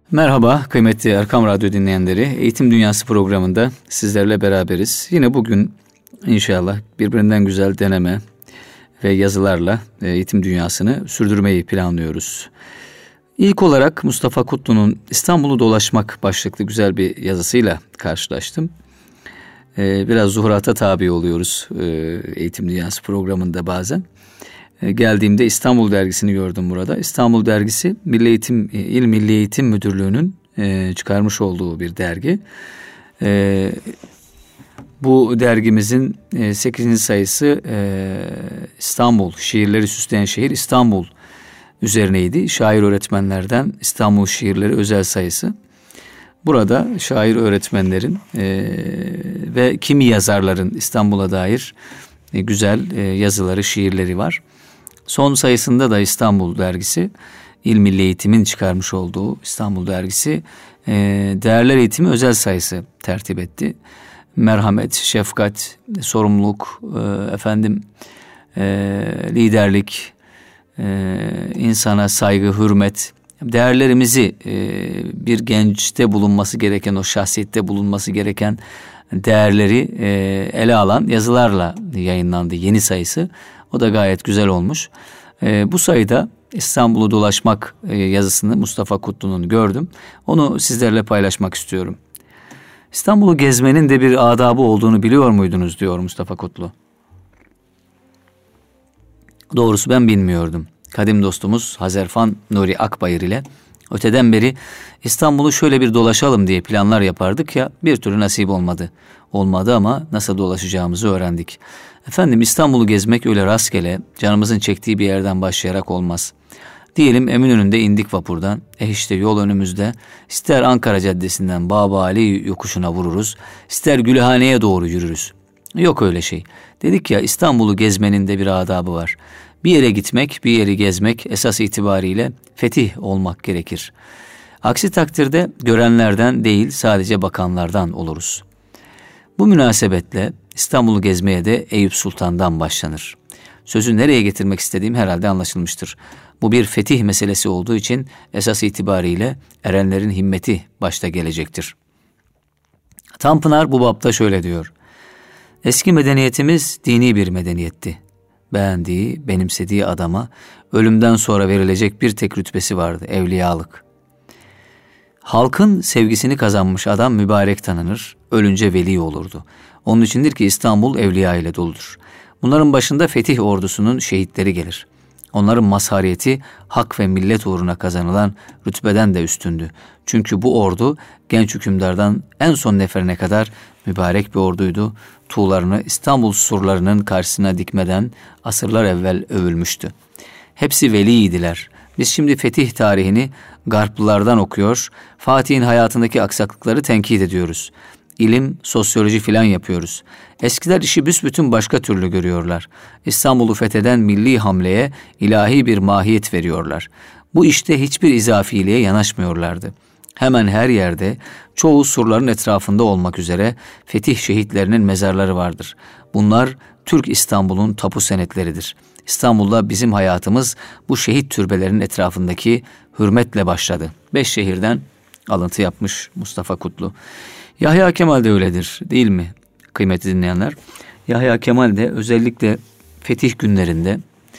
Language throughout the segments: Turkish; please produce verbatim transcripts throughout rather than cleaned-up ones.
Merhaba kıymetli Erkam Radyo dinleyenleri. Eğitim Dünyası programında sizlerle beraberiz. Yine bugün inşallah birbirinden güzel deneme ve yazılarla eğitim dünyasını sürdürmeyi planlıyoruz. İlk olarak Mustafa Kutlu'nun İstanbul'u dolaşmak başlıklı güzel bir yazısıyla karşılaştım. Biraz zuhurata tabi oluyoruz Eğitim Dünyası programında bazen. Geldiğimde İstanbul Dergisi'ni gördüm burada. İstanbul Dergisi Milli Eğitim İl Milli Eğitim Müdürlüğü'nün çıkarmış olduğu bir dergi. Bu dergimizin sekizinci sayısı İstanbul, şiirleri süsleyen şehir İstanbul üzerineydi. Şair öğretmenlerden İstanbul şiirleri özel sayısı. Burada şair öğretmenlerin ve kimi yazarların İstanbul'a dair güzel yazıları, şiirleri var. Son sayısında da İstanbul Dergisi, İl Milli Eğitim'in çıkarmış olduğu İstanbul Dergisi, değerler eğitimi özel sayısı tertip etti. Merhamet, şefkat, sorumluluk, efendim liderlik, insana saygı, hürmet, değerlerimizi bir gençte bulunması gereken, o şahsiyette bulunması gereken değerleri ele alan yazılarla yayınlandı yeni sayısı. O da gayet güzel olmuş. Bu sayıda İstanbul'u dolaşmak yazısını Mustafa Kutlu'nun gördüm. Onu sizlerle paylaşmak istiyorum. İstanbul'u gezmenin de bir adabı olduğunu biliyor muydunuz diyor Mustafa Kutlu. Doğrusu ben bilmiyordum. Kadim dostumuz Hazerfan Nuri Akbayır ile öteden beri İstanbul'u şöyle bir dolaşalım diye planlar yapardık ya, bir türlü nasip olmadı. Olmadı ama nasıl dolaşacağımızı öğrendik. Efendim İstanbul'u gezmek öyle rastgele, canımızın çektiği bir yerden başlayarak olmaz. Diyelim Eminönü'nde indik vapurdan. E işte yol önümüzde. İster Ankara Caddesi'nden Babali yokuşuna vururuz, ister Gülhane'ye doğru yürürüz. Yok öyle şey. Dedik ya, İstanbul'u gezmenin de bir adabı var. Bir yere gitmek, bir yeri gezmek esas itibariyle fetih olmak gerekir. Aksi takdirde görenlerden değil, sadece bakanlardan oluruz. Bu münasebetle İstanbul'u gezmeye de Eyüp Sultan'dan başlanır. Sözü nereye getirmek istediğim herhalde anlaşılmıştır. Bu bir fetih meselesi olduğu için esas itibariyle erenlerin himmeti başta gelecektir. Tanpınar bu bapta şöyle diyor. Eski medeniyetimiz dini bir medeniyetti. Beğendiği, benimsediği adama ölümden sonra verilecek bir tek rütbesi vardı, evliyalık. Halkın sevgisini kazanmış adam mübarek tanınır, ölünce veli olurdu. Onun içindir ki İstanbul evliya ile doludur. Bunların başında fetih ordusunun şehitleri gelir. Onların mazhariyeti hak ve millet uğruna kazanılan rütbeden de üstündü. Çünkü bu ordu genç hükümdardan en son neferine kadar mübarek bir orduydu. Tuğlarını İstanbul surlarının karşısına dikmeden asırlar evvel övülmüştü. Hepsi veliydiler. Biz şimdi fetih tarihini Garplılardan okuyor, Fatih'in hayatındaki aksaklıkları tenkit ediyoruz. İlim, sosyoloji filan yapıyoruz. Eskiler işi büsbütün başka türlü görüyorlar. İstanbul'u fetheden milli hamleye ilahi bir mahiyet veriyorlar. Bu işte hiçbir izafiliğe yanaşmıyorlardı. Hemen her yerde, çoğu surların etrafında olmak üzere fetih şehitlerinin mezarları vardır. Bunlar Türk İstanbul'un tapu senetleridir. İstanbul'da bizim hayatımız bu şehit türbelerinin etrafındaki hürmetle başladı. Beş şehirden alıntı yapmış Mustafa Kutlu. Yahya Kemal de öyledir, değil mi kıymetli dinleyenler? Yahya Kemal de özellikle fetih günlerinde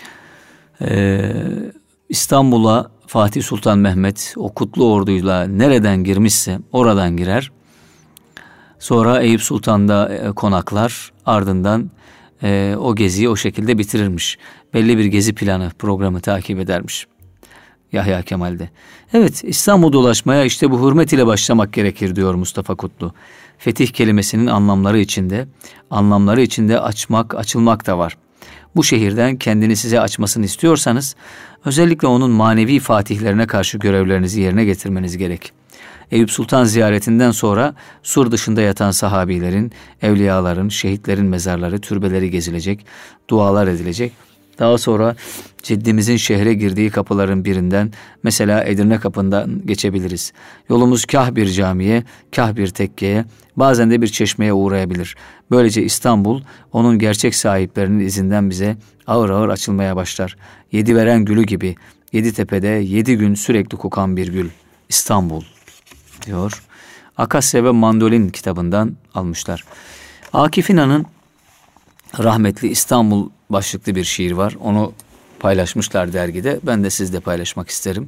e, İstanbul'a Fatih Sultan Mehmet o kutlu orduyla nereden girmişse oradan girer. Sonra Eyüp Sultan'da e, konaklar, ardından e, o geziyi o şekilde bitirirmiş. Belli bir gezi planı, programı takip edermiş Yahya Kemal'de. Evet, İstanbul dolaşmaya işte bu hürmet ile başlamak gerekir diyor Mustafa Kutlu. Fetih kelimesinin anlamları içinde, anlamları içinde açmak, açılmak da var. Bu şehirden kendini size açmasını istiyorsanız, özellikle onun manevi fatihlerine karşı görevlerinizi yerine getirmeniz gerek. Eyüp Sultan ziyaretinden sonra sur dışında yatan sahabilerin, evliyaların, şehitlerin mezarları, türbeleri gezilecek, dualar edilecek. Daha sonra Ciddimizin şehre girdiği kapıların birinden, mesela Edirne kapından geçebiliriz. Yolumuz kah bir camiye, kah bir tekkeye, bazen de bir çeşmeye uğrayabilir. Böylece İstanbul, onun gerçek sahiplerinin izinden bize ağır ağır açılmaya başlar. Yedi veren gülü gibi, yedi tepede yedi gün sürekli kokan bir gül. İstanbul. diyor. Akasya ve Mandolin kitabından almışlar. Akif İnan'ın rahmetli İstanbul başlıklı bir şiir var. Onu paylaşmışlar dergide. Ben de sizle paylaşmak isterim.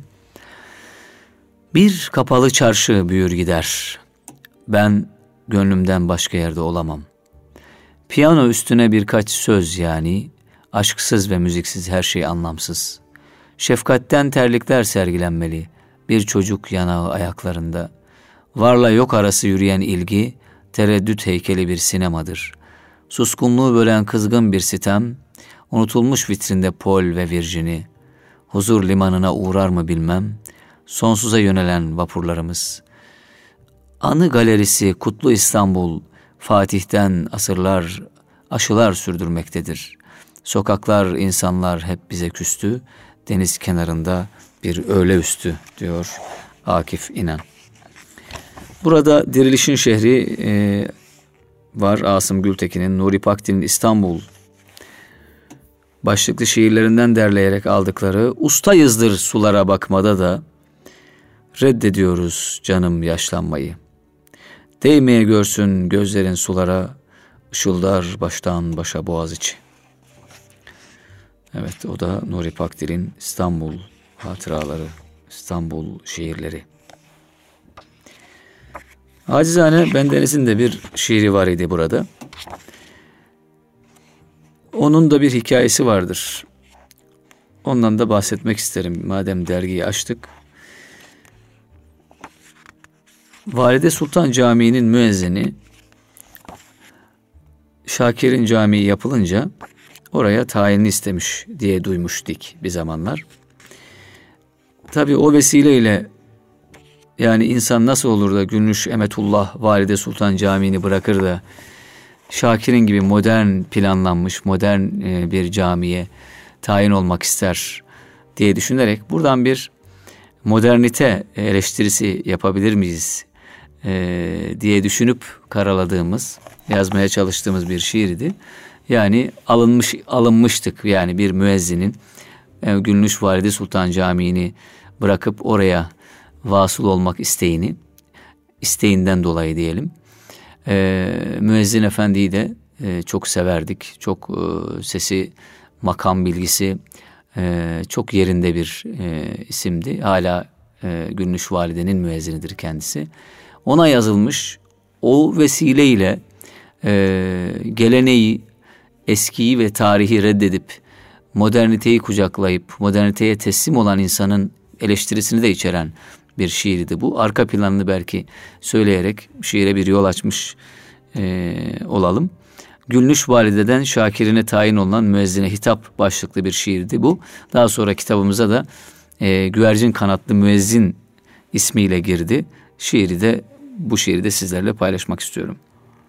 Bir kapalı çarşı büyür gider. Ben gönlümden başka yerde olamam. Piyano üstüne birkaç söz yani, aşksız ve müziksiz her şey anlamsız. Şefkatten terlikler sergilenmeli, bir çocuk yanağı ayaklarında. Varla yok arası yürüyen ilgi, tereddüt heykeli bir sinemadır. Suskunluğu bölen kızgın bir sitem, unutulmuş vitrinde Pol ve Virginie. Huzur limanına uğrar mı bilmem, sonsuza yönelen vapurlarımız. Anı galerisi Kutlu İstanbul, Fatih'ten asırlar, aşılar sürdürmektedir. Sokaklar, insanlar hep bize küstü, deniz kenarında bir öğle üstü diyor Akif İnan. Burada Dirilişin Şehri e, var. Asım Gültekin'in, Nuri Pakdil'in İstanbul başlıklı şiirlerinden derleyerek aldıkları ustayızdır sulara bakmada da reddediyoruz canım yaşlanmayı. Değmeye görsün gözlerin sulara, ışıldar baştan başa Boğaziçi. Evet, o da Nuri Pakdil'in İstanbul hatıraları, İstanbul şiirleri. Acizane bendenizin de bir şiiri var idi burada. Onun da bir hikayesi vardır. Ondan da bahsetmek isterim madem dergiyi açtık. Valide Sultan Camii'nin müezzini Şakir'in camii yapılınca oraya tayinini istemiş diye duymuştuk bir zamanlar. Tabii o vesileyle yani insan nasıl olur da Gülnüş Emetullah Valide Sultan Camii'ni bırakır da Şakir'in gibi modern planlanmış modern bir camiye tayin olmak ister diye düşünerek buradan bir modernite eleştirisi yapabilir miyiz e, diye düşünüp karaladığımız, yazmaya çalıştığımız bir şiirdi. Yani alınmış alınmıştık yani bir müezzinin e, Gülnüş Valide Sultan Camii'ni bırakıp oraya vasıl olmak isteğini, isteğinden dolayı diyelim. E, müezzin efendiyi de e, çok severdik. Çok e, sesi, makam bilgisi e, çok yerinde bir e, isimdi. Hala e, Gülnüş Valide'nin müezzinidir kendisi. Ona yazılmış o vesileyle e, geleneği, eskiyi ve tarihi reddedip moderniteyi kucaklayıp moderniteye teslim olan insanın eleştirisini de içeren bir şiirdi bu. Arka planını belki söyleyerek şiire bir yol açmış e, olalım. Gülnüş Valide'den Şakir'ine tayin olunan müezzine hitap başlıklı bir şiirdi bu. Daha sonra kitabımıza da e, Güvercin Kanatlı Müezzin ismiyle girdi. Şiiri de bu şiiri de sizlerle paylaşmak istiyorum.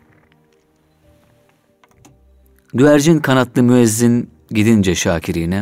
Güvercin kanatlı müezzin gidince Şakir'ine,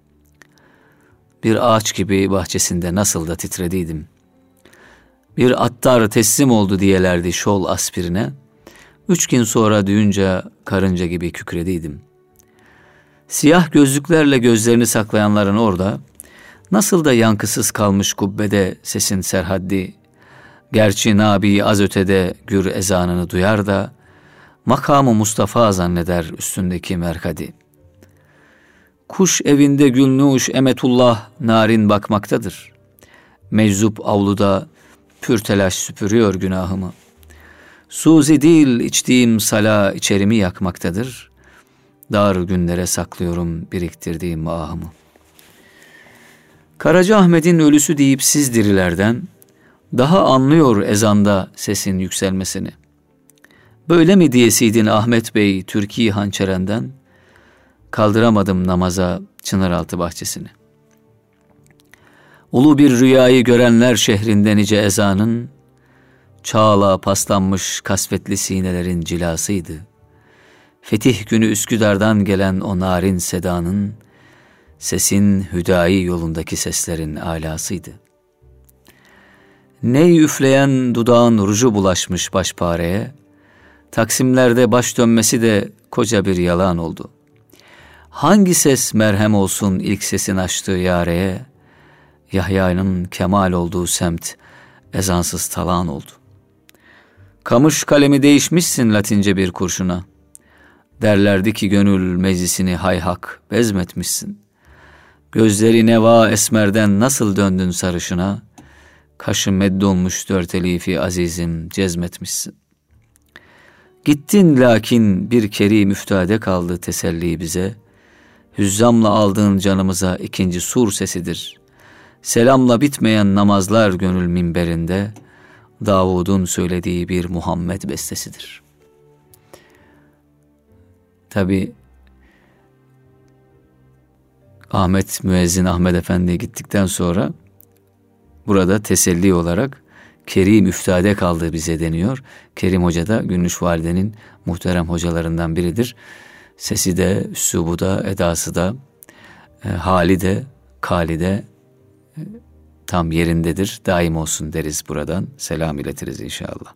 bir ağaç gibi bahçesinde nasıl da titrediydim. Bir attar teslim oldu diyelerdi şol aspirine, üç gün sonra duyunca karınca gibi kükrediydim. Siyah gözlüklerle gözlerini saklayanların orada, nasıl da yankısız kalmış kubbede sesin serhaddi, gerçi Nabi az ötede gür ezanını duyar da, makamı Mustafa zanneder üstündeki merkadi. Kuş evinde Gülnüş Emetullah narin bakmaktadır. Meczup avluda pür telaş süpürüyor günahımı. Suzi değil içtiğim sala içerimi yakmaktadır. Dar günlere saklıyorum biriktirdiğim ahımı. Karaca Ahmet'in ölüsü deyip siz dirilerden, daha anlıyor ezanda sesin yükselmesini. Böyle mi diyesiydin Ahmet Bey Türkiye hançerenden? Kaldıramadım namaza Çınaraltı bahçesini. Ulu bir rüyayı görenler şehrinde nice ezanın, çağla paslanmış kasvetli sinelerin cilasıydı. Fetih günü Üsküdar'dan gelen o narin sedanın, sesin hüdayi yolundaki seslerin alasıydı. Ney üfleyen dudağın ruju bulaşmış başpareye, Taksimlerde baş dönmesi de koca bir yalan oldu. Hangi ses merhem olsun ilk sesin açtığı yareye, Yahya'nın kemal olduğu semt ezansız talağın oldu. Kamış kalemi değişmişsin Latince bir kurşuna. Derlerdi ki gönül meclisini hayhak bezmetmişsin. Gözleri neva esmerden nasıl döndün sarışına? Kaşı meddolmuş dört elifi azizim cezmetmişsin. Gittin lakin bir keri müftade kaldı teselli bize. Hüzzamla aldığın canımıza ikinci sur sesidir. Selamla bitmeyen namazlar gönül minberinde, Davud'un söylediği bir Muhammed bestesidir. Tabi Ahmet Müezzin Ahmet Efendi gittikten sonra burada teselli olarak Kerim üftade kaldı bize deniyor. Kerim Hoca da Gülnüş Valide'nin muhterem hocalarından biridir. Sesi de, üslubu da, edası da, e, hali de, kali de e, tam yerindedir. Daim olsun deriz buradan. Selam iletiriz inşallah.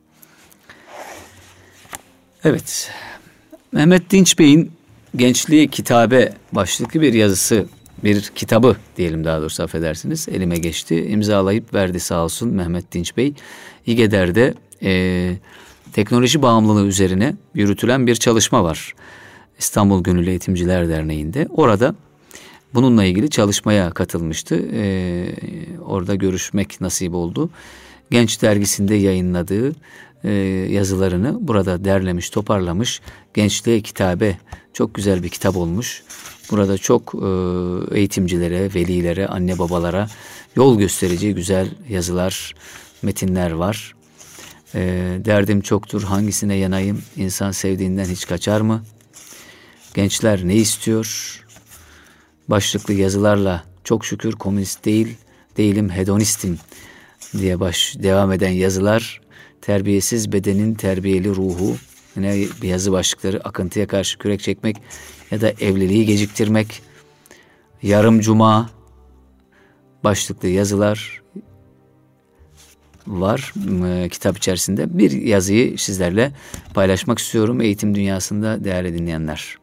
Evet, Mehmet Dinç Bey'in Gençliğe Kitabe başlıklı bir yazısı, bir kitabı diyelim daha doğrusu, affedersiniz, elime geçti. İmzalayıp verdi sağ olsun Mehmet Dinç Bey. İGEDER'de e, teknoloji bağımlılığı üzerine yürütülen bir çalışma var. İstanbul Gönüllü Eğitimciler Derneği'nde. Orada bununla ilgili çalışmaya katılmıştı. E, orada görüşmek nasip oldu. Genç dergisinde yayınladığı e, yazılarını burada derlemiş, toparlamış. Gençliğe Kitabe çok güzel bir kitap olmuş. Burada çok e, eğitimcilere, velilere, anne babalara yol gösterici güzel yazılar, metinler var. E, derdim çoktur, hangisine yanayım? İnsan sevdiğinden hiç kaçar mı? Gençler ne istiyor? Başlıklı yazılarla çok şükür komünist değil, değilim hedonistim diye baş devam eden yazılar. Terbiyesiz bedenin terbiyeli ruhu. Yine bir yazı başlıkları: akıntıya karşı kürek çekmek ya da evliliği geciktirmek. Yarım cuma başlıklı yazılar var e, kitap içerisinde. Bir yazıyı sizlerle paylaşmak istiyorum eğitim dünyasında değerli dinleyenler.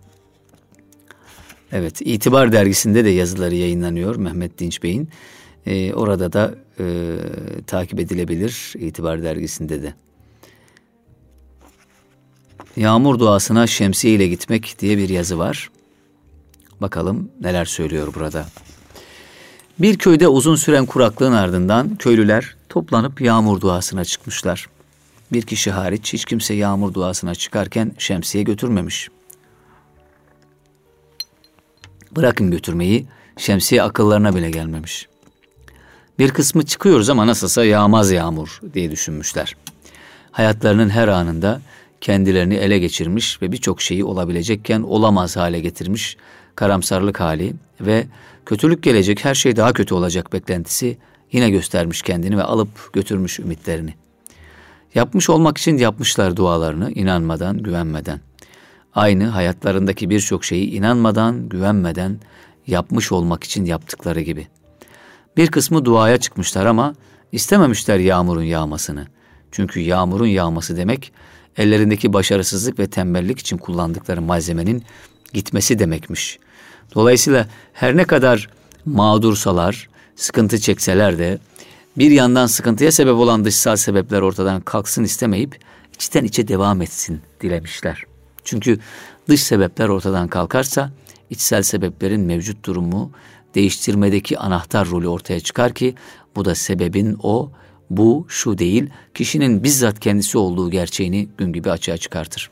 Evet, İtibar Dergisi'nde de yazıları yayınlanıyor Mehmet Dinç Bey'in. E, orada da e, takip edilebilir İtibar Dergisi'nde de. Yağmur duasına şemsiye ile gitmek diye bir yazı var. Bakalım neler söylüyor burada. Bir köyde uzun süren kuraklığın ardından köylüler toplanıp yağmur duasına çıkmışlar. Bir kişi hariç hiç kimse yağmur duasına çıkarken şemsiye götürmemiş. Bırakın götürmeyi, şemsiye akıllarına bile gelmemiş. Bir kısmı çıkıyoruz ama nasılsa yağmaz yağmur diye düşünmüşler. Hayatlarının her anında kendilerini ele geçirmiş ve birçok şeyi olabilecekken olamaz hale getirmiş karamsarlık hali ve kötülük gelecek, her şey daha kötü olacak beklentisi yine göstermiş kendini ve alıp götürmüş ümitlerini. Yapmış olmak için yapmışlar dualarını, inanmadan, güvenmeden. Aynı hayatlarındaki birçok şeyi inanmadan, güvenmeden yapmış olmak için yaptıkları gibi. Bir kısmı duaya çıkmışlar ama istememişler yağmurun yağmasını. Çünkü yağmurun yağması demek, ellerindeki başarısızlık ve tembellik için kullandıkları malzemenin gitmesi demekmiş. Dolayısıyla her ne kadar mağdursalar, sıkıntı çekseler de bir yandan sıkıntıya sebep olan dışsal sebepler ortadan kalksın istemeyip içten içe devam etsin dilemişler. Çünkü dış sebepler ortadan kalkarsa içsel sebeplerin mevcut durumu değiştirmedeki anahtar rolü ortaya çıkar ki bu da sebebin o, bu, şu değil, kişinin bizzat kendisi olduğu gerçeğini gün gibi açığa çıkartır.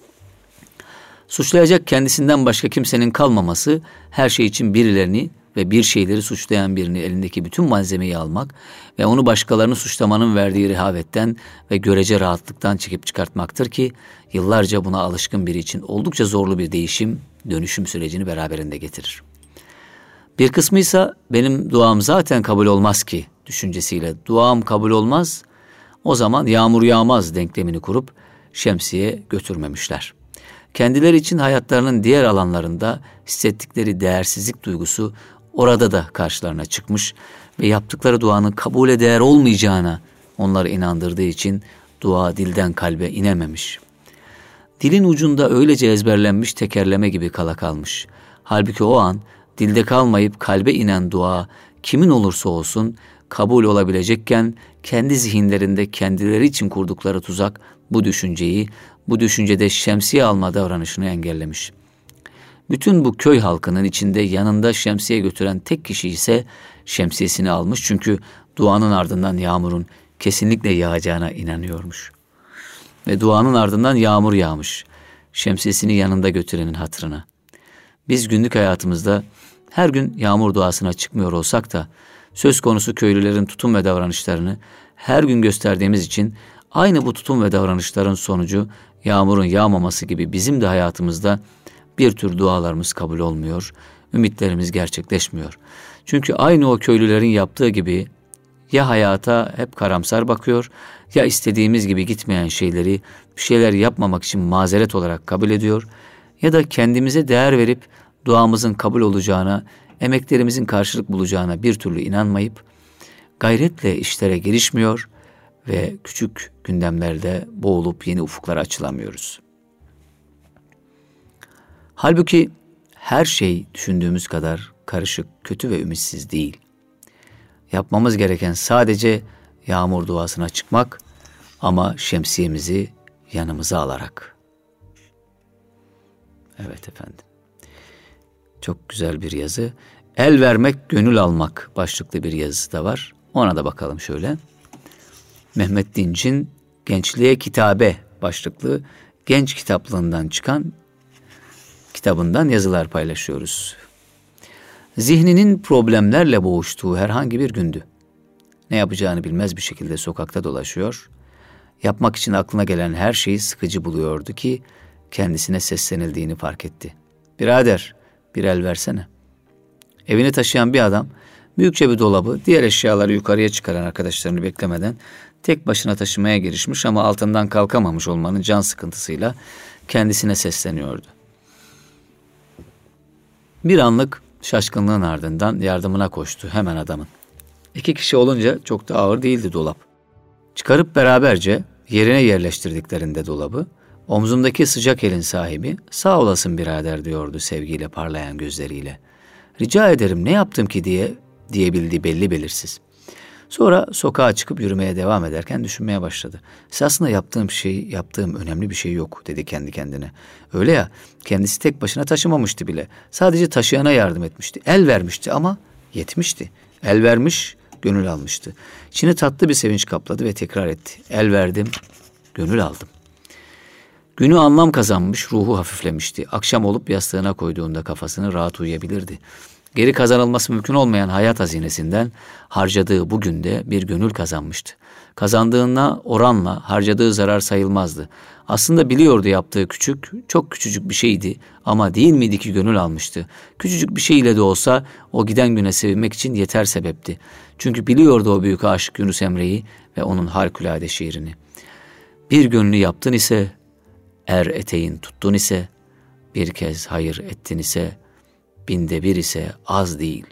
Suçlayacak kendisinden başka kimsenin kalmaması, her şey için birilerini ve bir şeyleri suçlayan birini elindeki bütün malzemeyi almak ve onu başkalarını suçlamanın verdiği rehavetten ve görece rahatlıktan çekip çıkartmaktır ki yıllarca buna alışkın biri için oldukça zorlu bir değişim, dönüşüm sürecini beraberinde getirir. Bir kısmı ise benim duam zaten kabul olmaz ki düşüncesiyle duam kabul olmaz, o zaman yağmur yağmaz denklemini kurup şemsiye götürmemişler. Kendileri için hayatlarının diğer alanlarında hissettikleri değersizlik duygusu orada da karşılarına çıkmış ve yaptıkları duanın kabule değer olmayacağına onları inandırdığı için dua dilden kalbe inememiş. Dilin ucunda öylece ezberlenmiş tekerleme gibi kala kalmış. Halbuki o an dilde kalmayıp kalbe inen dua kimin olursa olsun kabul olabilecekken kendi zihinlerinde kendileri için kurdukları tuzak bu düşünceyi, bu düşüncede şemsiye alma davranışını engellemiş. Bütün bu köy halkının içinde yanında şemsiye götüren tek kişi ise şemsiyesini almış, çünkü duanın ardından yağmurun kesinlikle yağacağına inanıyormuş. Ve duanın ardından yağmur yağmış, şemsiyesini yanında götürenin hatırına. Biz günlük hayatımızda her gün yağmur duasına çıkmıyor olsak da söz konusu köylülerin tutum ve davranışlarını her gün gösterdiğimiz için aynı bu tutum ve davranışların sonucu yağmurun yağmaması gibi bizim de hayatımızda bir tür dualarımız kabul olmuyor, ümitlerimiz gerçekleşmiyor. Çünkü aynı o köylülerin yaptığı gibi ya hayata hep karamsar bakıyor, ya istediğimiz gibi gitmeyen şeyleri bir şeyler yapmamak için mazeret olarak kabul ediyor, ya da kendimize değer verip duamızın kabul olacağına, emeklerimizin karşılık bulacağına bir türlü inanmayıp gayretle işlere girişmiyor ve küçük gündemlerde boğulup yeni ufuklara açılamıyoruz. Halbuki her şey düşündüğümüz kadar karışık, kötü ve ümitsiz değil. Yapmamız gereken sadece yağmur duasına çıkmak, ama şemsiyemizi yanımıza alarak. Evet efendim. Çok güzel bir yazı. El vermek, gönül almak başlıklı bir yazısı da var. Ona da bakalım şöyle. Mehmet Dinç'in Gençliğe Kitabe başlıklı genç kitaplığından çıkan kitabından yazılar paylaşıyoruz. Zihninin problemlerle boğuştuğu herhangi bir gündü. Ne yapacağını bilmez bir şekilde sokakta dolaşıyor. Yapmak için aklına gelen her şeyi sıkıcı buluyordu ki kendisine seslenildiğini fark etti. "Birader, bir el versene." Evini taşıyan bir adam büyükçe bir dolabı, diğer eşyaları yukarıya çıkaran arkadaşlarını beklemeden tek başına taşımaya girişmiş ama altından kalkamamış olmanın can sıkıntısıyla kendisine sesleniyordu. Bir anlık şaşkınlığın ardından yardımına koştu hemen adamın. İki kişi olunca çok da ağır değildi dolap. Çıkarıp beraberce yerine yerleştirdiklerinde dolabı, omzumdaki sıcak elin sahibi, "Sağ olasın birader," diyordu sevgiyle parlayan gözleriyle. "Rica ederim, ne yaptım ki?" diye diyebildiği belli belirsiz. Sonra sokağa çıkıp yürümeye devam ederken düşünmeye başladı. "Aslında yaptığım şey, yaptığım önemli bir şey yok," dedi kendi kendine. Öyle ya, kendisi tek başına taşımamıştı bile. Sadece taşıyana yardım etmişti. El vermişti ama yetmişti. El vermiş, gönül almıştı. İçini tatlı bir sevinç kapladı ve tekrar etti. "El verdim, gönül aldım." Günü anlam kazanmış, ruhu hafiflemişti. Akşam olup yastığına koyduğunda kafasını rahat uyuyabilirdi. Geri kazanılması mümkün olmayan hayat hazinesinden harcadığı bu günde bir gönül kazanmıştı. Kazandığına oranla harcadığı zarar sayılmazdı. Aslında biliyordu yaptığı küçük, çok küçücük bir şeydi ama değil miydi ki gönül almıştı. Küçücük bir şeyle de olsa o giden güne sevinmek için yeter sebepti. Çünkü biliyordu o büyük aşık Yunus Emre'yi ve onun harikulade şiirini. "Bir gönlü yaptın ise, er eteğin tuttun ise, bir kez hayır ettin ise, binde bir ise az değil."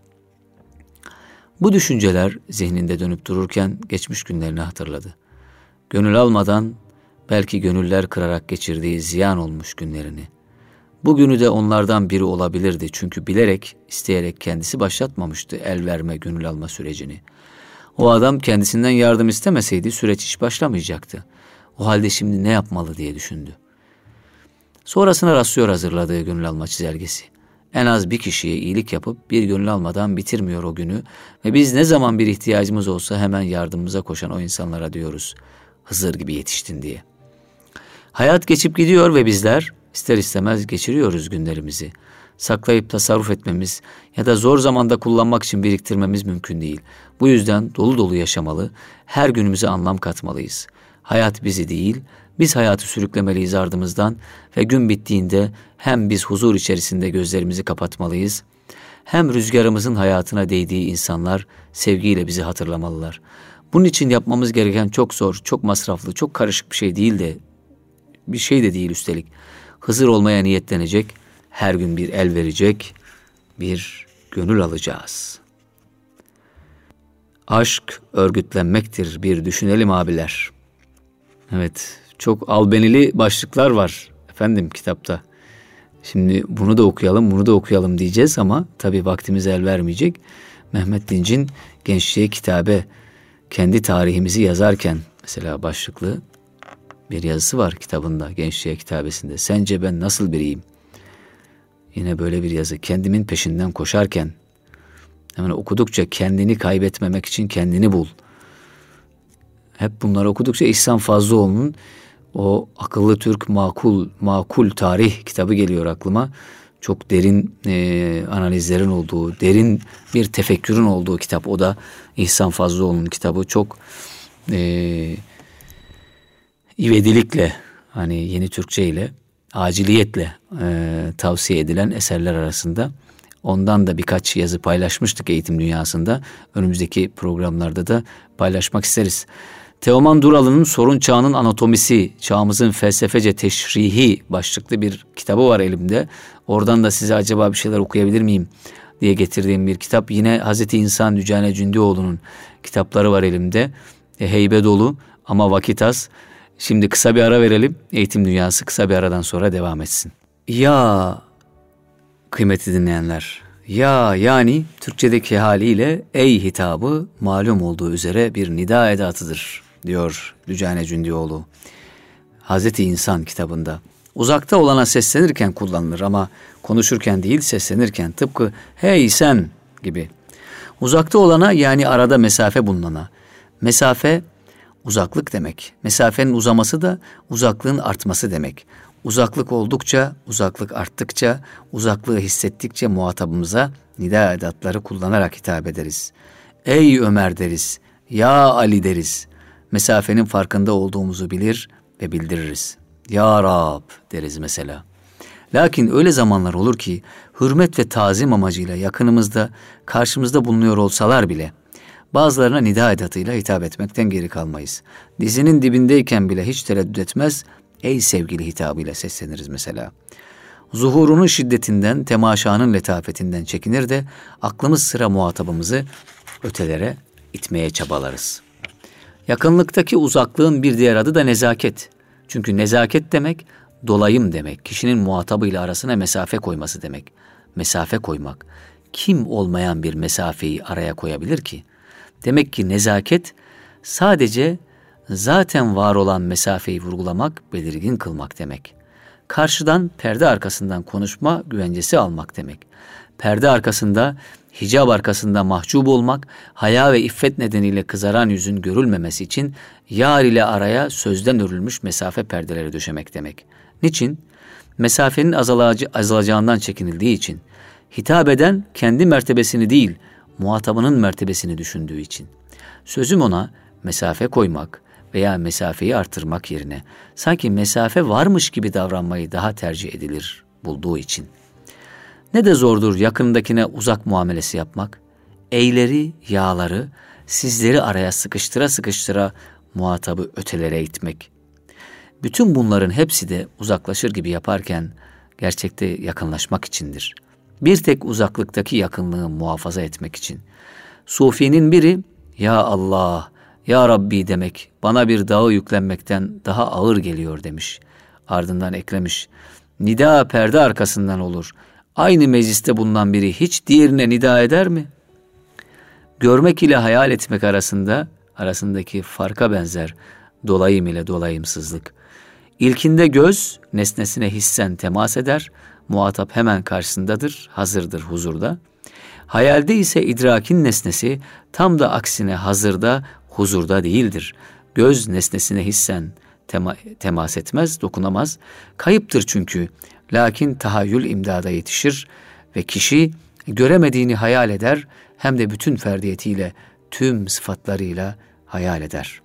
Bu düşünceler zihninde dönüp dururken geçmiş günlerini hatırladı. Gönül almadan belki gönüller kırarak geçirdiği ziyan olmuş günlerini. Bugünü de onlardan biri olabilirdi, çünkü bilerek, isteyerek kendisi başlatmamıştı el verme, gönül alma sürecini. O adam kendisinden yardım istemeseydi süreç hiç başlamayacaktı. O halde şimdi ne yapmalı diye düşündü. Sonrasına rastlıyor hazırladığı gönül alma çizelgesi. En az bir kişiye iyilik yapıp bir gönül almadan bitirmiyor o günü ve biz ne zaman bir ihtiyacımız olsa hemen yardımımıza koşan o insanlara diyoruz, "Hızır gibi yetiştin," diye. Hayat geçip gidiyor ve bizler ister istemez geçiriyoruz günlerimizi. Saklayıp tasarruf etmemiz ya da zor zamanda kullanmak için biriktirmemiz mümkün değil. Bu yüzden dolu dolu yaşamalı, her günümüze anlam katmalıyız. Hayat bizi değil, biz hayatı sürüklemeliyiz ardımızdan ve gün bittiğinde hem biz huzur içerisinde gözlerimizi kapatmalıyız, hem rüzgarımızın hayatına değdiği insanlar sevgiyle bizi hatırlamalılar. Bunun için yapmamız gereken çok zor, çok masraflı, çok karışık bir şey değil de, bir şey de değil üstelik. Hızır olmaya niyetlenecek, her gün bir el verecek, bir gönül alacağız. Aşk örgütlenmektir, bir düşünelim abiler. Evet, çok albenili başlıklar var efendim kitapta. Şimdi bunu da okuyalım, bunu da okuyalım diyeceğiz ama tabii vaktimiz el vermeyecek. Mehmet Dinç'in Gençliğe Kitabe, kendi tarihimizi yazarken mesela başlıklı bir yazısı var kitabında, Gençliğe Kitabesinde. Sence ben nasıl biriyim? Yine böyle bir yazı. Kendimin peşinden koşarken, hemen okudukça kendini kaybetmemek için kendini bul. Hep bunları okudukça İhsan Fazlıoğlu'nun o Akıllı Türk Makul Makul Tarih kitabı geliyor aklıma. Çok derin e, analizlerin olduğu, derin bir tefekkürün olduğu kitap. O da İhsan Fazlıoğlu'nun kitabı. Çok e, ivedilikle, hani yeni Türkçe ile aciliyetle e, tavsiye edilen eserler arasında. Ondan da birkaç yazı paylaşmıştık Eğitim Dünyası'nda. Önümüzdeki programlarda da paylaşmak isteriz. Teoman Duralı'nın Sorun Çağının Anatomisi, Çağımızın Felsefece Teşrihi başlıklı bir kitabı var elimde. Oradan da size acaba bir şeyler okuyabilir miyim diye getirdiğim bir kitap. Yine Hazreti İnsan Dücane Cündioğlu'nun kitapları var elimde. E, heybe dolu ama vakit az. Şimdi kısa bir ara verelim. Eğitim Dünyası kısa bir aradan sonra devam etsin. Ya kıymetli dinleyenler, ya yani Türkçedeki haliyle ey hitabı malum olduğu üzere bir nida edatıdır diyor Dücane Cündioğlu. Hazreti İnsan kitabında. Uzakta olana seslenirken kullanılır ama konuşurken değil, seslenirken, tıpkı hey sen gibi. Uzakta olana, yani arada mesafe bulunana. Mesafe uzaklık demek. Mesafenin uzaması da uzaklığın artması demek. Uzaklık oldukça, uzaklık arttıkça, uzaklığı hissettikçe muhatabımıza nida edatları kullanarak hitap ederiz. Ey Ömer deriz, ya Ali deriz. Mesafenin farkında olduğumuzu bilir ve bildiririz. Ya Rab deriz mesela. Lakin öyle zamanlar olur ki hürmet ve tazim amacıyla yakınımızda, karşımızda bulunuyor olsalar bile bazılarına nida edatıyla hitap etmekten geri kalmayız. Dizinin dibindeyken bile hiç tereddüt etmez, ey sevgili hitabıyla sesleniriz mesela. Zuhurunun şiddetinden, temaşanın letafetinden çekinir de aklımız sıra muhatabımızı ötelere itmeye çabalarız. Yakınlıktaki uzaklığın bir diğer adı da nezaket. Çünkü nezaket demek, dolayım demek. Kişinin muhatabıyla arasına mesafe koyması demek. Mesafe koymak. Kim olmayan bir mesafeyi araya koyabilir ki? Demek ki nezaket sadece zaten var olan mesafeyi vurgulamak, belirgin kılmak demek. Karşıdan, perde arkasından konuşma güvencesi almak demek. Perde arkasında, hicab arkasında mahcup olmak, haya ve iffet nedeniyle kızaran yüzün görülmemesi için yar ile araya sözden örülmüş mesafe perdeleri döşemek demek. Niçin? Mesafenin azalacağı, azalacağından çekinildiği için. Hitap eden kendi mertebesini değil, muhatabının mertebesini düşündüğü için. Sözüm ona mesafe koymak veya mesafeyi artırmak yerine sanki mesafe varmış gibi davranmayı daha tercih edilir bulduğu için. Ne de zordur yakındakine uzak muamelesi yapmak. Eyleri, yağları, sizleri araya sıkıştıra sıkıştıra muhatabı ötelere itmek. Bütün bunların hepsi de uzaklaşır gibi yaparken gerçekte yakınlaşmak içindir. Bir tek uzaklıktaki yakınlığı muhafaza etmek için. Sufinin biri, ya Allah, ya Rabbi demek bana bir dağı yüklenmekten daha ağır geliyor demiş. Ardından eklemiş, nida perde arkasından olur. Aynı mecliste bulunan biri hiç diğerine nida eder mi? Görmek ile hayal etmek arasında, arasındaki farka benzer dolayım ile dolayımsızlık. İlkinde göz nesnesine hissen temas eder, muhatap hemen karşısındadır, hazırdır huzurda. Hayalde ise idrakin nesnesi tam da aksine hazırda, huzurda değildir. Göz nesnesine hissen tema, temas etmez, dokunamaz. Kayıptır çünkü. Lakin tahayyül imdada yetişir ve kişi göremediğini hayal eder, hem de bütün ferdiyetiyle, tüm sıfatlarıyla hayal eder.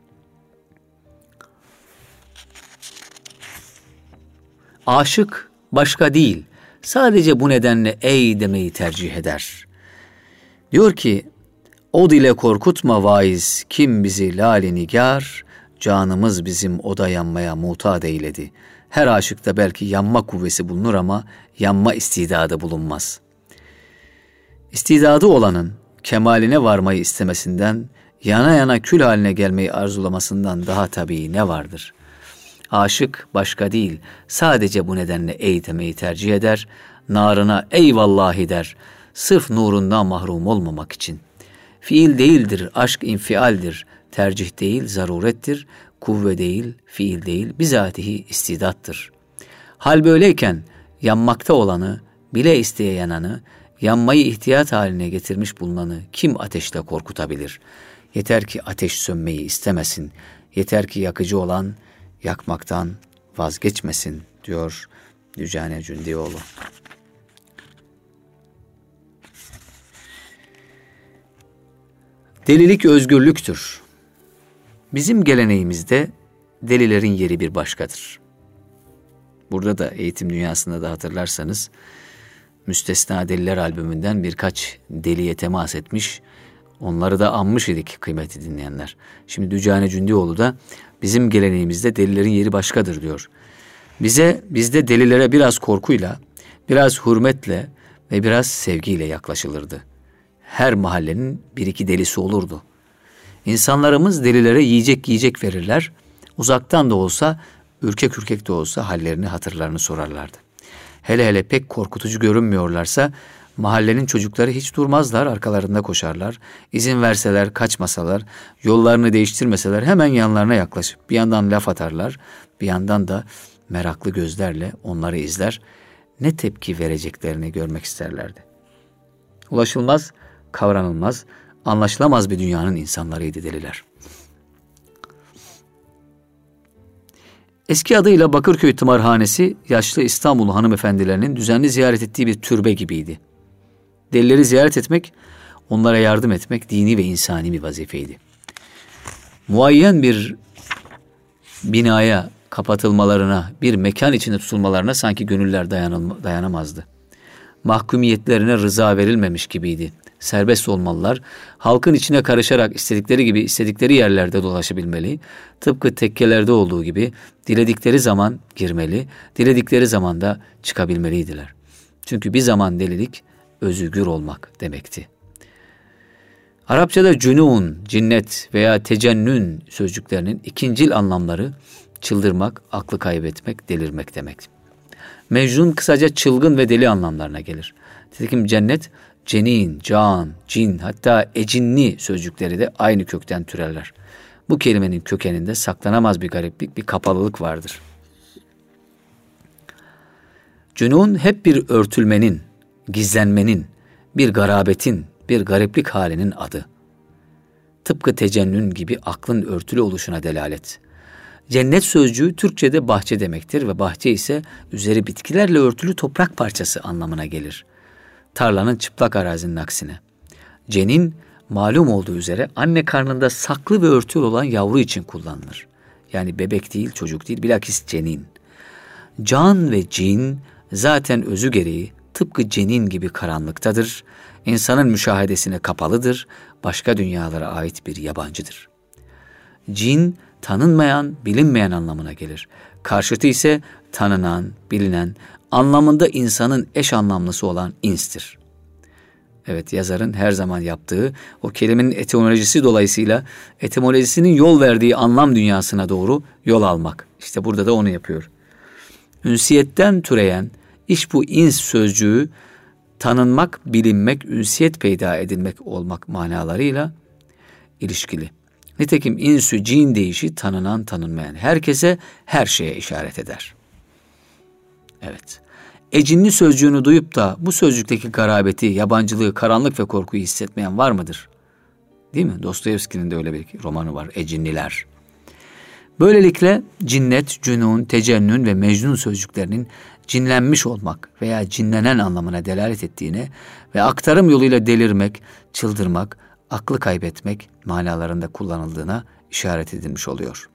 Aşık başka değil, sadece bu nedenle ey demeyi tercih eder. Diyor ki, o dile korkutma vaiz, kim bizi lale nigar, canımız bizim oda yanmaya mutat eyledi. Her aşıkta belki yanma kuvvesi bulunur ama yanma istidadı bulunmaz. İstidadı olanın kemaline varmayı istemesinden, yana yana kül haline gelmeyi arzulamasından daha tabii ne vardır? Aşık başka değil, sadece bu nedenle ey demeyi tercih eder, narına eyvallahi der. sırf nurundan mahrum olmamak için. Fiil değildir, aşk infialdir, tercih değil, zarurettir, kuvve değil, fiil değil, bizatihi istidattır. Hal böyleyken yanmakta olanı, bile isteye yananı, yanmayı ihtiyat haline getirmiş bulunanı kim ateşle korkutabilir? Yeter ki ateş sönmeyi istemesin, yeter ki yakıcı olan yakmaktan vazgeçmesin diyor Dücane Cündioğlu. Delilik özgürlüktür. Bizim geleneğimizde delilerin yeri bir başkadır. Burada da eğitim dünyasında da hatırlarsanız Müstesna Deliler albümünden birkaç deliye temas etmiş, onları da anmış idik kıymetli dinleyenler. Şimdi Dücane Cündioğlu da bizim geleneğimizde delilerin yeri başkadır diyor. Bize, bizde delilere biraz korkuyla, biraz hürmetle ve biraz sevgiyle yaklaşılırdı. Her mahallenin bir iki delisi olurdu. İnsanlarımız delilere yiyecek yiyecek verirler, uzaktan da olsa, ürkek ürkek de olsa hallerini hatırlarını sorarlardı. Hele hele pek korkutucu görünmüyorlarsa mahallenin çocukları hiç durmazlar, arkalarında koşarlar. İzin verseler, kaçmasalar, yollarını değiştirmeseler hemen yanlarına yaklaşıp bir yandan laf atarlar, bir yandan da meraklı gözlerle onları izler, ne tepki vereceklerini görmek isterlerdi. Ulaşılmaz, kavranılmaz, anlaşılamaz bir dünyanın insanlarıydı deliler. Eski adıyla Bakırköy Tımarhanesi, yaşlı İstanbul hanımefendilerinin düzenli ziyaret ettiği bir türbe gibiydi. Delileri ziyaret etmek, onlara yardım etmek dini ve insani bir vazifeydi. Muayyen bir binaya kapatılmalarına, bir mekan içinde tutulmalarına sanki gönüller dayanamazdı. Mahkumiyetlerine rıza verilmemiş gibiydi. Serbest olmalılar, halkın içine karışarak istedikleri gibi istedikleri yerlerde dolaşabilmeli, tıpkı tekkelerde olduğu gibi diledikleri zaman girmeli, diledikleri zaman da çıkabilmeliydiler. Çünkü bir zaman delilik, özgür olmak demekti. Arapçada cünun, cinnet veya tecennün sözcüklerinin ikincil anlamları çıldırmak, aklı kaybetmek, delirmek demek. Mecnun kısaca çılgın ve deli anlamlarına gelir. Nitekim cennet, cenin, can, cin, hatta ecinni sözcükleri de aynı kökten türerler. Bu kelimenin kökeninde saklanamaz bir gariplik, bir kapalılık vardır. Cünun hep bir örtülmenin, gizlenmenin, bir garabetin, bir gariplik halinin adı. Tıpkı tecennün gibi aklın örtülü oluşuna delalet. Cennet sözcüğü Türkçe'de bahçe demektir ve bahçe ise üzeri bitkilerle örtülü toprak parçası anlamına gelir. Tarlanın çıplak arazinin aksine. Cenin, malum olduğu üzere anne karnında saklı ve örtülü olan yavru için kullanılır. Yani bebek değil, çocuk değil, bilakis cenin. Can ve cin zaten özü gereği tıpkı cenin gibi karanlıktadır, insanın müşahedesine kapalıdır, başka dünyalara ait bir yabancıdır. Cin, tanınmayan, bilinmeyen anlamına gelir. Karşıtı ise tanınan, bilinen, anlamında insanın eş anlamlısı olan instir. Evet, yazarın her zaman yaptığı o kelimenin etimolojisi dolayısıyla etimolojisinin yol verdiği anlam dünyasına doğru yol almak. İşte burada da onu yapıyor. Ünsiyetten türeyen iş bu ins sözcüğü tanınmak, bilinmek, ünsiyet peyda edilmek olmak manalarıyla ilişkili. Nitekim insü cin deyişi tanınan tanınmayan herkese her şeye işaret eder. Evet. Ecinli sözcüğünü duyup da bu sözcükteki garabeti, yabancılığı, karanlık ve korkuyu hissetmeyen var mıdır? Değil mi? Dostoyevski'nin de öyle bir romanı var, Ecinliler. Böylelikle cinnet, cünun, tecennün ve mecnun sözcüklerinin cinlenmiş olmak veya cinlenen anlamına delalet ettiğine ve aktarım yoluyla delirmek, çıldırmak, aklı kaybetmek manalarında kullanıldığına işaret edilmiş oluyor.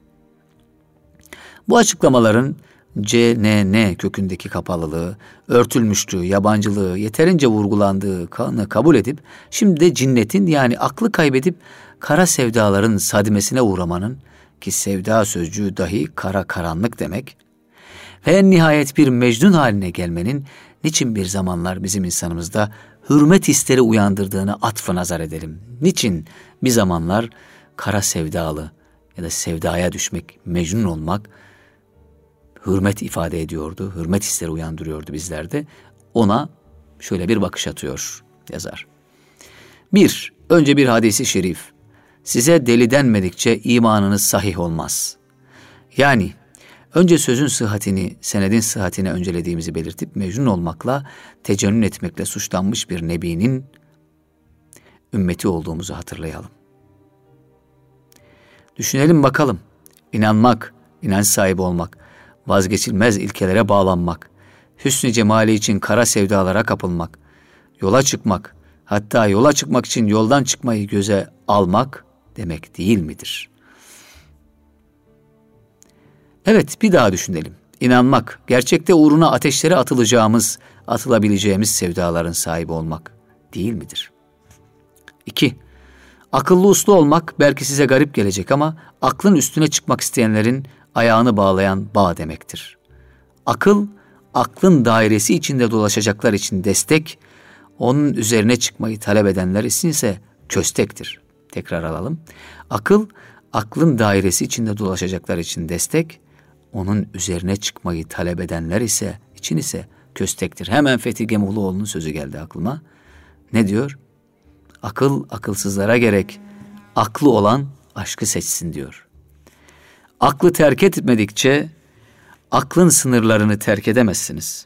Bu açıklamaların C N N kökündeki kapalılığı, örtülmüşlüğü, yabancılığı yeterince vurgulandığını kabul edip şimdi de cinnetin yani aklı kaybedip kara sevdaların sadimesine uğramanın ki sevda sözcüğü dahi kara karanlık demek ve en nihayet bir mecnun haline gelmenin niçin bir zamanlar bizim insanımızda hürmet hisleri uyandırdığını atfı nazar edelim. Niçin bir zamanlar kara sevdalı ya da sevdaya düşmek, mecnun olmak hürmet ifade ediyordu, hürmet hisleri uyandırıyordu bizlerde. Ona şöyle bir bakış atıyor yazar. Bir, önce bir hadisi şerif. Size deli denmedikçe imanınız sahih olmaz. Yani önce sözün sıhhatini, senedin sıhhatini öncelediğimizi belirtip mecnun olmakla, tecennün etmekle suçlanmış bir nebinin ümmeti olduğumuzu hatırlayalım. Düşünelim bakalım. İnanmak, inanç sahibi olmak, vazgeçilmez ilkelere bağlanmak, hüsnü cemali için kara sevdalara kapılmak, yola çıkmak, hatta yola çıkmak için yoldan çıkmayı göze almak demek değil midir? Evet, bir daha düşünelim. İnanmak, gerçekte uğruna ateşlere atılacağımız, atılabileceğimiz sevdaların sahibi olmak değil midir? İki, akıllı uslu olmak belki size garip gelecek ama aklın üstüne çıkmak isteyenlerin ayağını bağlayan bağ demektir. Akıl, aklın dairesi içinde dolaşacaklar için destek, onun üzerine çıkmayı talep edenler için ise köstektir. Tekrar alalım. Akıl, aklın dairesi içinde dolaşacaklar için destek, onun üzerine çıkmayı talep edenler ise için ise köstektir. Hemen Fethi Gemuhluoğlu'nun sözü geldi aklıma. Ne diyor? Akıl akılsızlara gerek, aklı olan aşkı seçsin diyor. Aklı terk etmedikçe aklın sınırlarını terk edemezsiniz.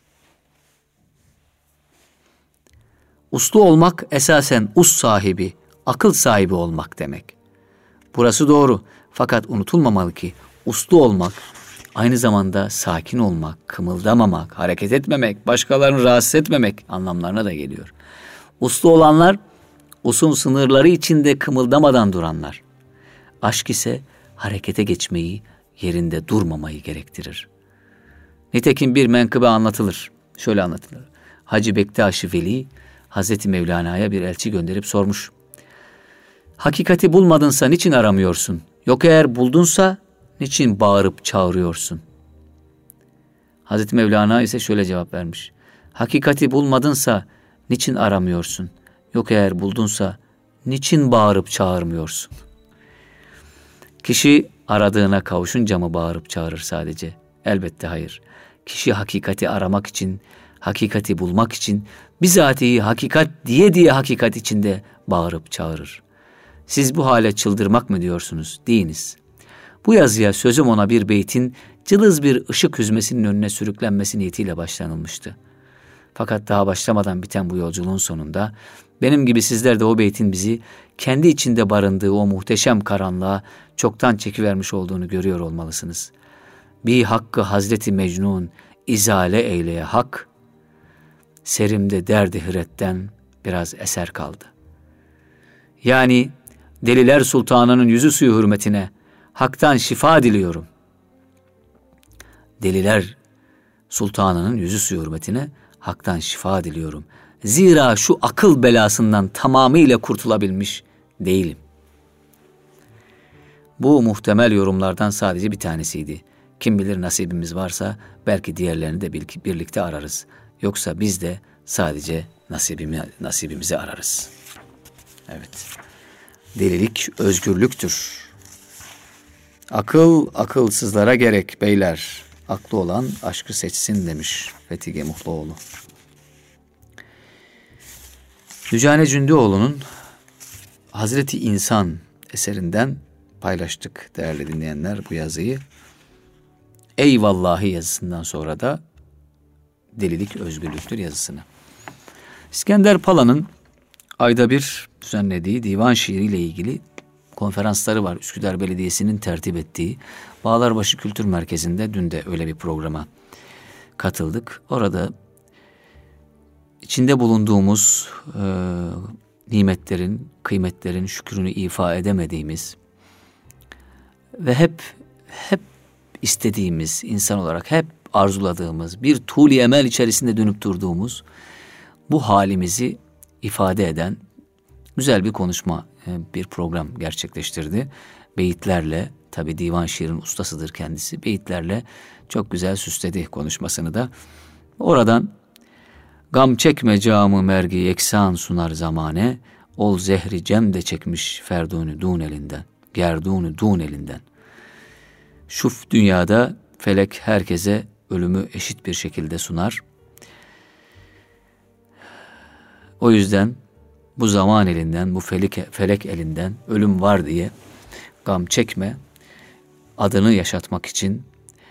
Uslu olmak esasen us sahibi, akıl sahibi olmak demek. Burası doğru. Fakat unutulmamalı ki uslu olmak aynı zamanda sakin olmak, kımıldamamak, hareket etmemek, başkalarını rahatsız etmemek anlamlarına da geliyor. Uslu olanlar usun sınırları içinde kımıldamadan duranlar. Aşk ise harekete geçmeyi, yerinde durmamayı gerektirir. Nitekim bir menkıbe anlatılır. Şöyle anlatılır. Hacı Bektaş-ı Veli Hazreti Mevlana'ya bir elçi gönderip sormuş. Hakikati bulmadınsa niçin aramıyorsun? Yok eğer buldunsa niçin bağırıp çağırıyorsun? Hazreti Mevlana ise şöyle cevap vermiş. Hakikati bulmadınsa niçin aramıyorsun? Yok eğer buldunsa niçin bağırıp çağırmıyorsun? Kişi aradığına kavuşunca mı bağırıp çağırır sadece? Elbette hayır. Kişi hakikati aramak için, hakikati bulmak için, bizatihi hakikat diye diye hakikat içinde bağırıp çağırır. Siz bu hale çıldırmak mı diyorsunuz? Deyiniz. Bu yazıya sözüm ona bir beytin cılız bir ışık hüzmesinin önüne sürüklenmesi niyetiyle başlanılmıştı. Fakat daha başlamadan biten bu yolculuğun sonunda benim gibi sizler de o beytin bizi kendi içinde barındığı o muhteşem karanlığa çoktan çekivermiş olduğunu görüyor olmalısınız. Bir hakkı Hazreti Mecnun izale eyleye hak, serimde derdi hıretten biraz eser kaldı. Yani Deliler Sultanı'nın yüzü suyu hürmetine haktan şifa diliyorum. Deliler Sultanı'nın yüzü suyu hürmetine haktan şifa diliyorum. Zira şu akıl belasından tamamıyla kurtulabilmiş değilim. Bu muhtemel yorumlardan sadece bir tanesiydi. Kim bilir nasibimiz varsa belki diğerlerini de birlikte ararız. Yoksa biz de sadece nasibimi, nasibimizi ararız. Evet. Delilik özgürlüktür. Akıl akılsızlara gerek beyler. Aklı olan aşkı seçsin demiş Fethi Gemuhluoğlu. Dücane Cündioğlu'nun Hazreti İnsan eserinden paylaştık değerli dinleyenler bu yazıyı. Eyvallahi yazısından sonra da Delilik özgürlüktür yazısını. İskender Pala'nın ayda bir düzenlediği divan şiiriyle ilgili konferansları var. Üsküdar Belediyesi'nin tertip ettiği Bağlarbaşı Kültür Merkezi'nde dün de öyle bir programa katıldık. Orada içinde bulunduğumuz e, nimetlerin, kıymetlerin şükrünü ifa edemediğimiz ve hep hep istediğimiz insan olarak hep arzuladığımız bir tuğli emel içerisinde dönüp durduğumuz bu halimizi ifade eden güzel bir konuşma, bir program gerçekleştirdi. Beyitlerle, tabii divan şiirin ustasıdır kendisi. Beyitlerle çok güzel süsledi konuşmasını da. Oradan gam çekme camı mergi yeksan sunar zamane, ol zehri cem de çekmiş ferdunu dun elinden, gerdunu dun elinden. Şu dünyada felek herkese ölümü eşit bir şekilde sunar. O yüzden bu zaman elinden, bu felek, felek elinden ölüm var diye gam çekme. Adını yaşatmak için,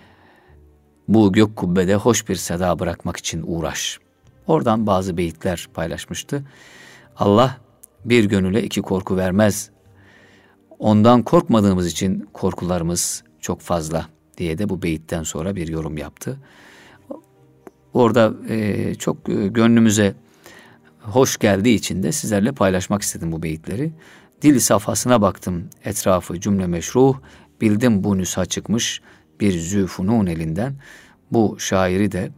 bu gök kubbede hoş bir seda bırakmak için uğraş. Oradan bazı beyitler paylaşmıştı. Allah bir gönüle iki korku vermez. Ondan korkmadığımız için korkularımız çok fazla diye de bu beyitten sonra bir yorum yaptı. Orada e, çok gönlümüze hoş geldiği için de sizlerle paylaşmak istedim bu beyitleri. Dil safhasına baktım, etrafı cümle meşruh, bildim bu nüsha çıkmış bir züfunun elinden. Bu şairi de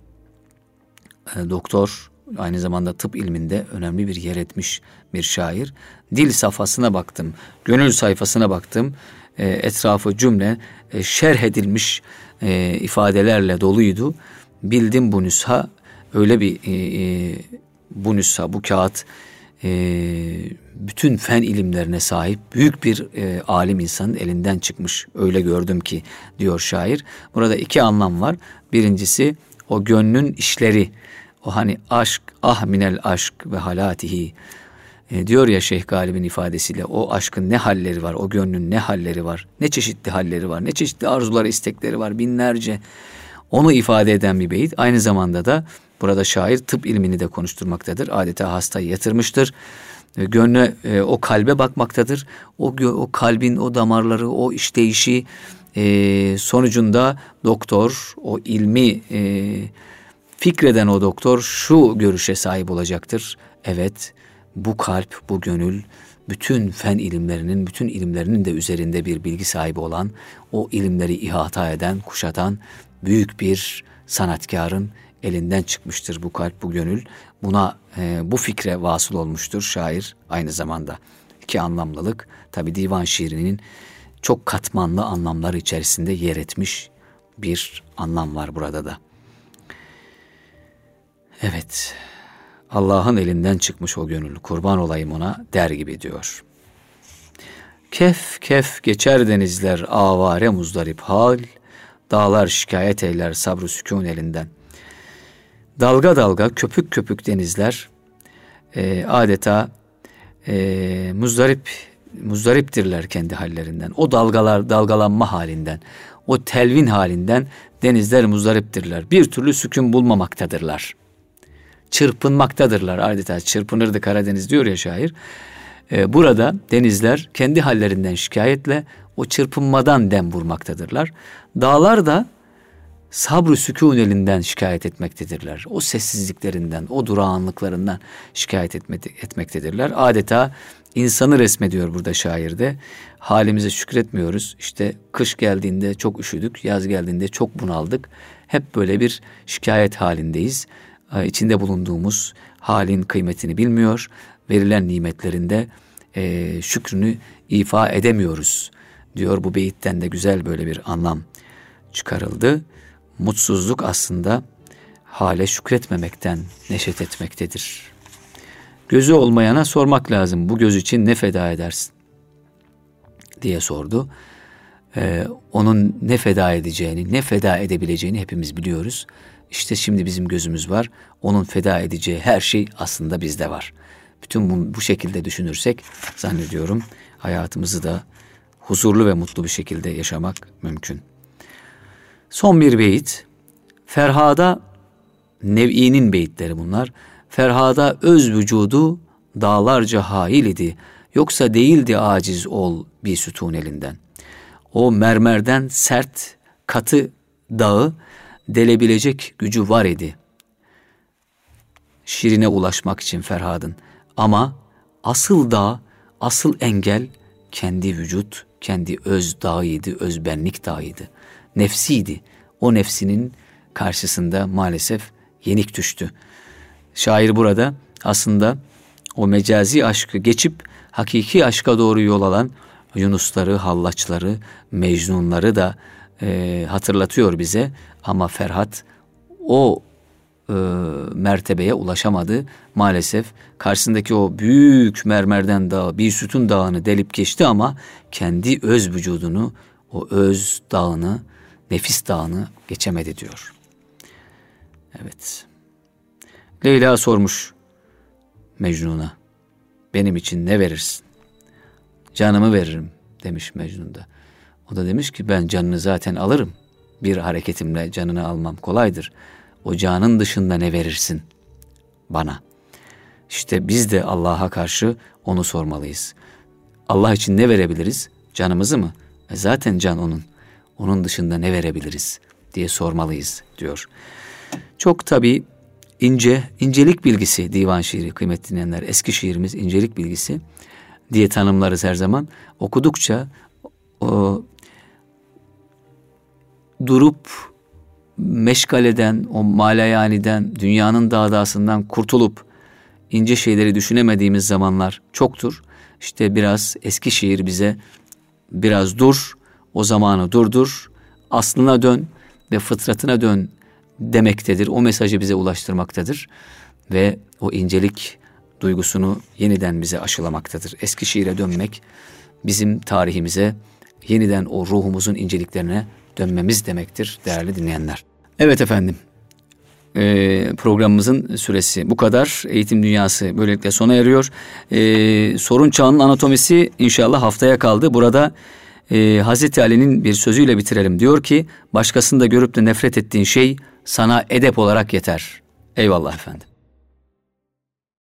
e, doktor, aynı zamanda tıp ilminde önemli bir yer etmiş bir şair. Dil safhasına baktım, gönül sayfasına baktım, e, etrafı cümle e, şerh edilmiş e, ifadelerle doluydu. Bildim bu nüsha, öyle bir e, e, bu nüsha, bu kağıt e, bütün fen ilimlerine sahip büyük bir e, alim insanın elinden çıkmış. Öyle gördüm ki diyor şair. Burada iki anlam var. Birincisi o gönlün işleri, o hani aşk, ah minel aşk ve halatihi e, diyor ya Şeyh Galip'in ifadesiyle, o aşkın ne halleri var, o gönlün ne halleri var, ne çeşitli halleri var, ne çeşitli arzuları, istekleri var, binlerce. Onu ifade eden bir beyit. Aynı zamanda da burada şair tıp ilmini de konuşturmaktadır. Adeta hastayı yatırmıştır. Gönlü e, o kalbe bakmaktadır. O, o kalbin o damarları, o işleyişi e, sonucunda doktor, o ilmi e, fikreden o doktor şu görüşe sahip olacaktır. Evet, bu kalp, bu gönül bütün fen ilimlerinin, bütün ilimlerinin de üzerinde bir bilgi sahibi olan, o ilimleri ihata eden, kuşatan büyük bir sanatkarın elinden çıkmıştır bu kalp, bu gönül. Buna, e, bu fikre vasıl olmuştur şair aynı zamanda. İki anlamlılık, tabi divan şiirinin çok katmanlı anlamlar içerisinde yer etmiş bir anlam var burada da. Evet, Allah'ın elinden çıkmış o gönül, kurban olayım ona der gibi diyor. Kef kef geçer denizler, avare muzdarip hal, dağlar şikayet eyler sabrı sükûn elinden. Dalga dalga, köpük köpük denizler e, adeta e, muzdarip, muzdariptirler kendi hallerinden. O dalgalar, dalgalanma halinden, o telvin halinden denizler muzdariptirler. Bir türlü sükun bulmamaktadırlar. Çırpınmaktadırlar, adeta çırpınırdı Karadeniz diyor ya şair. Ee, burada denizler kendi hallerinden şikayetle o çırpınmadan dem vurmaktadırlar. Dağlar da sabrı sükûn elinden şikayet etmektedirler. O sessizliklerinden, o durağanlıklarından şikayet etmektedirler. Adeta insanı resmediyor burada şairde. Halimize şükretmiyoruz. İşte kış geldiğinde çok üşüdük, yaz geldiğinde çok bunaldık. Hep böyle bir şikayet halindeyiz. İçinde bulunduğumuz halin kıymetini bilmiyor, verilen nimetlerinde e, şükrünü ifa edemiyoruz diyor. Bu beyitten de güzel böyle bir anlam çıkarıldı. Mutsuzluk aslında hale şükretmemekten neşet etmektedir. Gözü olmayana sormak lazım. Bu göz için ne feda edersin diye sordu. Ee, onun ne feda edeceğini, ne feda edebileceğini hepimiz biliyoruz. İşte şimdi bizim gözümüz var. Onun feda edeceği her şey aslında bizde var. Bütün bu, bu şekilde düşünürsek zannediyorum hayatımızı da huzurlu ve mutlu bir şekilde yaşamak mümkün. Son bir beyit. Ferhada, Nev'i'nin beyitleri bunlar. Ferhada öz vücudu dağlarca hail idi. Yoksa değildi aciz ol bir sütun elinden. O mermerden sert, katı dağı delebilecek gücü var idi. Şirine ulaşmak için Ferhad'ın. Ama asıl dağ, asıl engel kendi vücut, kendi öz dağıydı, öz benlik dağıydı. Nefsiydi. O nefsinin karşısında maalesef yenik düştü. Şair burada aslında o mecazi aşkı geçip hakiki aşka doğru yol alan Yunusları, Hallaçları, Mecnunları da e, hatırlatıyor bize. Ama Ferhat o e, mertebeye ulaşamadı. Maalesef karşısındaki o büyük mermerden dağı, bir sütun dağını delip geçti ama kendi öz vücudunu, o öz dağını, nefis dağını geçemedi diyor. Evet. Leyla sormuş Mecnun'a. benim için ne verirsin? Canımı veririm demiş Mecnun da. O da demiş ki ben canını zaten alırım. Bir hareketimle canını almam kolaydır. O canın dışında ne verirsin bana? İşte biz de Allah'a karşı onu sormalıyız. Allah için ne verebiliriz? Canımızı mı? E zaten can onun. Onun dışında ne verebiliriz diye sormalıyız diyor. Çok tabii ince, incelik bilgisi divan şiiri kıymetli dinleyenler. Eski şiirimiz incelik bilgisi diye tanımlarız her zaman. Okudukça o durup meşgaleden, o malayaniden, dünyanın dağdasından kurtulup ince şeyleri düşünemediğimiz zamanlar çoktur. İşte biraz eski şiir bize biraz dur, o zamanı durdur, aslına dön ve fıtratına dön demektedir. O mesajı bize ulaştırmaktadır ve o incelik duygusunu yeniden bize aşılamaktadır. Eski şiire dönmek bizim tarihimize yeniden o ruhumuzun inceliklerine dönmemiz demektir değerli dinleyenler. Evet efendim, ee, programımızın süresi bu kadar. Eğitim Dünyası böylelikle sona eriyor. Ee, sorun çağının anatomisi inşallah haftaya kaldı. Burada e, Hazreti Ali'nin bir sözüyle bitirelim. Diyor ki başkasında görüp de nefret ettiğin şey sana edep olarak yeter. Eyvallah efendim.